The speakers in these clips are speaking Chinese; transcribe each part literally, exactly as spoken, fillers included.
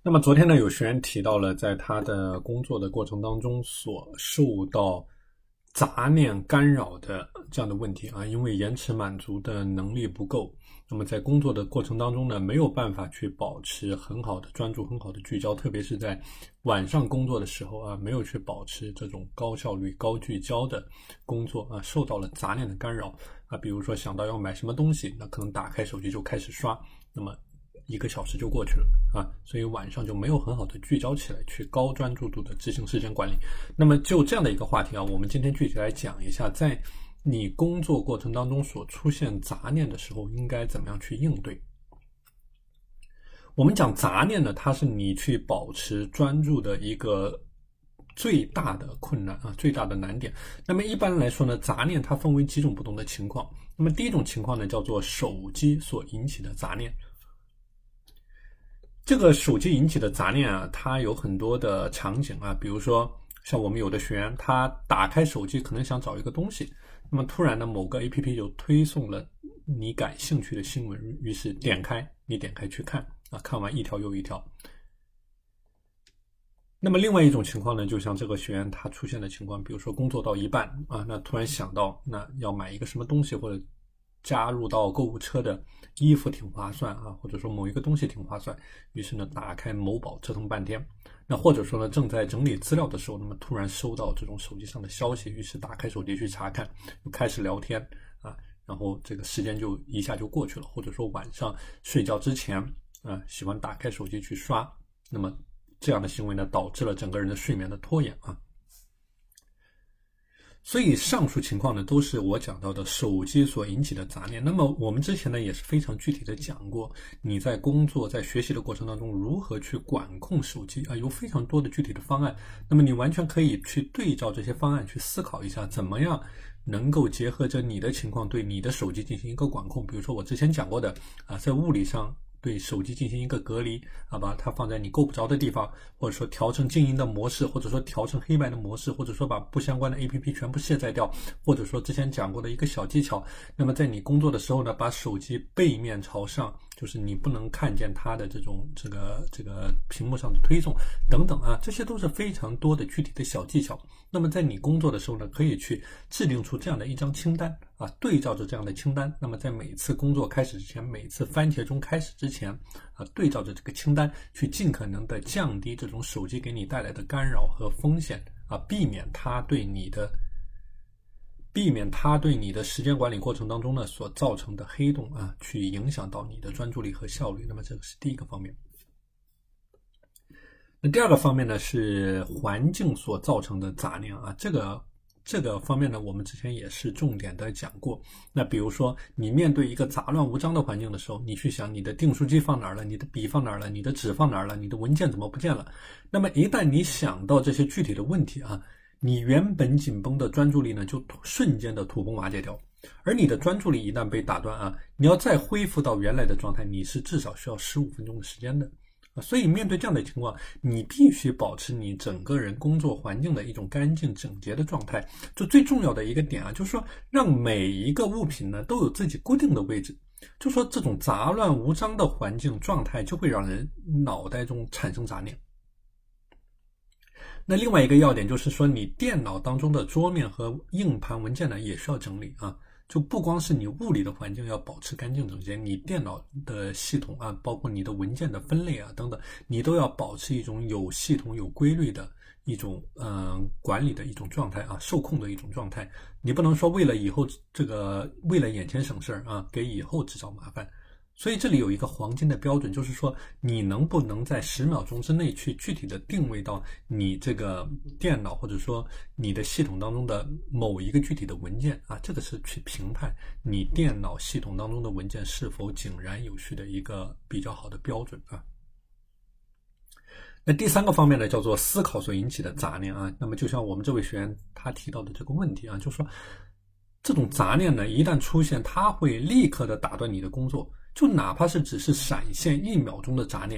那么昨天呢，有学员提到了在他的工作的过程当中所受到杂念干扰的这样的问题啊，因为延迟满足的能力不够，那么在工作的过程当中呢，没有办法去保持很好的专注、很好的聚焦，特别是在晚上工作的时候啊，没有去保持这种高效率、高聚焦的工作啊，受到了杂念的干扰啊，比如说想到要买什么东西，那可能打开手机就开始刷，那么一个小时就过去了啊，所以晚上就没有很好的聚焦起来，去高专注度的执行时间管理。那么就这样的一个话题啊，我们今天具体来讲一下，在你工作过程当中所出现杂念的时候，应该怎么样去应对。我们讲杂念呢，它是你去保持专注的一个最大的困难啊，最大的难点。那么一般来说呢，杂念它分为几种不同的情况。那么第一种情况呢，叫做手机所引起的杂念。这个手机引起的杂念啊，它有很多的场景啊，比如说像我们有的学员，他打开手机可能想找一个东西，那么突然呢，某个 A P P 就推送了你感兴趣的新闻，于是点开，你点开去看啊，看完一条又一条。那么另外一种情况呢，就像这个学员他出现的情况，比如说工作到一半啊，那突然想到那要买一个什么东西，或者加入到购物车的衣服挺划算啊，或者说某一个东西挺划算，于是呢打开某宝折腾半天。那或者说呢正在整理资料的时候，那么突然收到这种手机上的消息，于是打开手机去查看，又开始聊天啊，然后这个时间就一下就过去了。或者说晚上睡觉之前啊，喜欢打开手机去刷，那么这样的行为呢，导致了整个人的睡眠的拖延啊。所以上述情况呢，都是我讲到的手机所引起的杂念。那么我们之前呢，也是非常具体的讲过，你在工作、在学习的过程当中，如何去管控手机啊，有非常多的具体的方案。那么你完全可以去对照这些方案去思考一下，怎么样能够结合着你的情况，对你的手机进行一个管控。比如说我之前讲过的啊，在物理上对手机进行一个隔离啊，把它放在你够不着的地方，或者说调成静音的模式，或者说调成黑白的模式，或者说把不相关的 A P P 全部卸载掉，或者说之前讲过的一个小技巧，那么在你工作的时候呢，把手机背面朝上，就是你不能看见它的这种这个这个屏幕上的推送等等啊，这些都是非常多的具体的小技巧。那么在你工作的时候呢，可以去制定出这样的一张清单啊，对照着这样的清单，那么在每次工作开始之前，每次番茄钟开始之前啊，对照着这个清单去尽可能的降低这种手机给你带来的干扰和风险啊，避免它对你的避免它对你的时间管理过程当中呢所造成的黑洞啊，去影响到你的专注力和效率。那么这个是第一个方面。那第二个方面呢，是环境所造成的杂念啊，这个这个方面呢，我们之前也是重点的讲过。那比如说你面对一个杂乱无章的环境的时候，你去想你的订书机放哪儿了，你的笔放哪儿了，你的纸放哪儿了，你的文件怎么不见了。那么一旦你想到这些具体的问题啊，你原本紧绷的专注力呢，就瞬间的土崩瓦解掉。而你的专注力一旦被打断啊，你要再恢复到原来的状态，你是至少需要十五分钟的时间的。所以面对这样的情况，你必须保持你整个人工作环境的一种干净整洁的状态。就最重要的一个点啊，就是说让每一个物品呢都有自己固定的位置。就说这种杂乱无章的环境状态就会让人脑袋中产生杂念。那另外一个要点就是说，你电脑当中的桌面和硬盘文件呢也需要整理啊。就不光是你物理的环境要保持干净整洁，你电脑的系统啊，包括你的文件的分类啊等等，你都要保持一种有系统有规律的一种嗯、呃、管理的一种状态啊，受控的一种状态。你不能说为了以后这个为了眼前省事啊，给以后制造麻烦。所以这里有一个黄金的标准，就是说你能不能在十秒钟之内去具体的定位到你这个电脑或者说你的系统当中的某一个具体的文件啊，这个是去评判你电脑系统当中的文件是否井然有序的一个比较好的标准啊。那第三个方面呢，叫做思考所引起的杂念啊。那么就像我们这位学员他提到的这个问题啊，就是说这种杂念呢，一旦出现，它会立刻的打断你的工作。就哪怕是只是闪现一秒钟的杂念，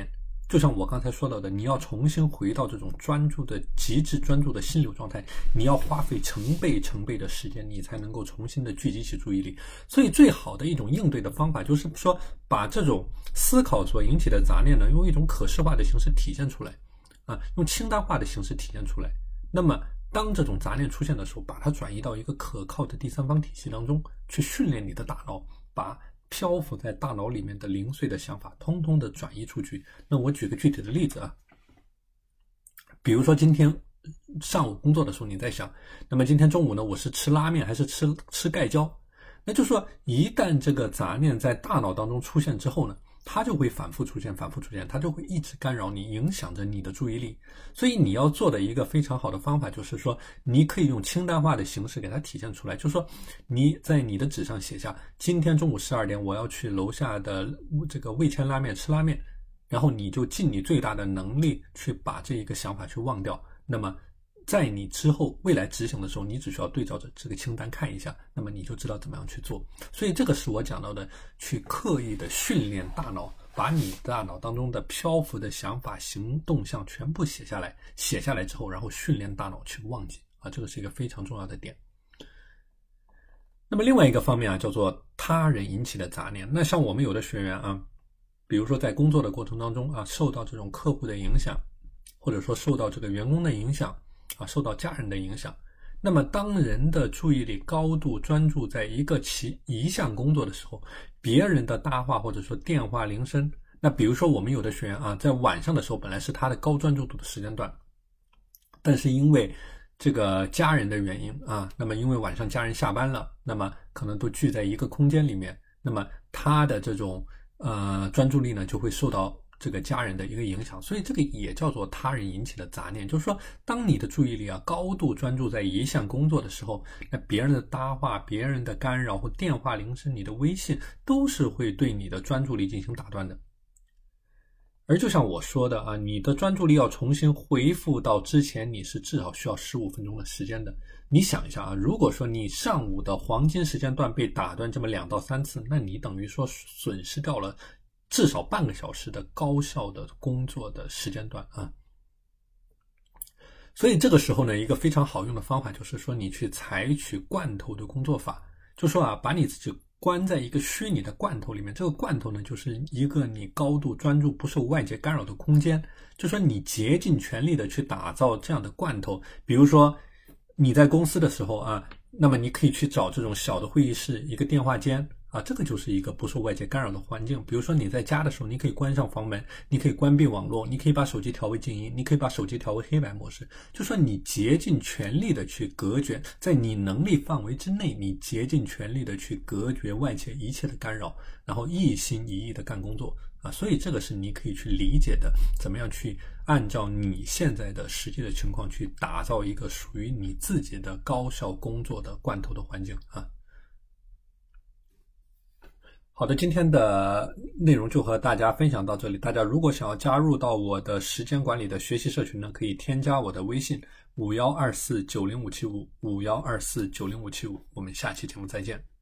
就像我刚才说到的，你要重新回到这种专注的极致专注的心流状态，你要花费成倍成倍的时间，你才能够重新的聚集起注意力。所以最好的一种应对的方法就是说，把这种思考所引起的杂念呢，用一种可视化的形式体现出来啊，用清单化的形式体现出来。那么当这种杂念出现的时候，把它转移到一个可靠的第三方体系当中去训练你的大脑，把漂浮在大脑里面的零碎的想法通通的转移出去。那我举个具体的例子啊，比如说今天上午工作的时候你在想，那么今天中午呢，我是吃拉面还是吃吃盖浇？那就是说一旦这个杂念在大脑当中出现之后呢，它就会反复出现反复出现，它就会一直干扰你，影响着你的注意力。所以你要做的一个非常好的方法就是说，你可以用清单化的形式给它体现出来，就是说你在你的纸上写下，今天中午十二点我要去楼下的这个味千拉面吃拉面，然后你就尽你最大的能力去把这一个想法去忘掉。那么在你之后未来执行的时候，你只需要对照着这个清单看一下，那么你就知道怎么样去做。所以这个是我讲到的，去刻意的训练大脑，把你大脑当中的漂浮的想法、行动项全部写下来，写下来之后，然后训练大脑去忘记啊，这个是一个非常重要的点。那么另外一个方面啊，叫做他人引起的杂念。那像我们有的学员啊，比如说在工作的过程当中啊，受到这种客户的影响，或者说受到这个员工的影响啊，受到家人的影响。那么当人的注意力高度专注在一个其一项工作的时候，别人的搭话或者说电话铃声，那比如说我们有的学员啊，在晚上的时候本来是他的高专注度的时间段，但是因为这个家人的原因啊，那么因为晚上家人下班了，那么可能都聚在一个空间里面，那么他的这种呃专注力呢就会受到这个家人的一个影响。所以这个也叫做他人引起的杂念，就是说当你的注意力啊高度专注在一项工作的时候，那别人的搭话、别人的干扰或电话铃声、你的微信都是会对你的专注力进行打断的。而就像我说的啊，你的专注力要重新恢复到之前，你是至少需要十五分钟的时间的。你想一下啊，如果说你上午的黄金时间段被打断这么两到三次，那你等于说损失掉了至少半个小时的高效的工作的时间段啊。所以这个时候呢，一个非常好用的方法就是说，你去采取罐头的工作法，就说啊，把你自己关在一个虚拟的罐头里面，这个罐头呢，就是一个你高度专注、不受外界干扰的空间。就说你竭尽全力的去打造这样的罐头，比如说你在公司的时候啊，那么你可以去找这种小的会议室，一个电话间啊，这个就是一个不受外界干扰的环境。比如说你在家的时候，你可以关上房门，你可以关闭网络，你可以把手机调为静音，你可以把手机调为黑白模式。就说你竭尽全力的去隔绝，在你能力范围之内，你竭尽全力的去隔绝外界一切的干扰，然后一心一意的干工作啊。所以这个是你可以去理解的，怎么样去按照你现在的实际的情况去打造一个属于你自己的高效工作的罐头的环境啊。好的，今天的内容就和大家分享到这里。大家如果想要加入到我的时间管理的学习社群呢，可以添加我的微信五一二四九零五七五 五一二四九零五七五。我们下期节目再见。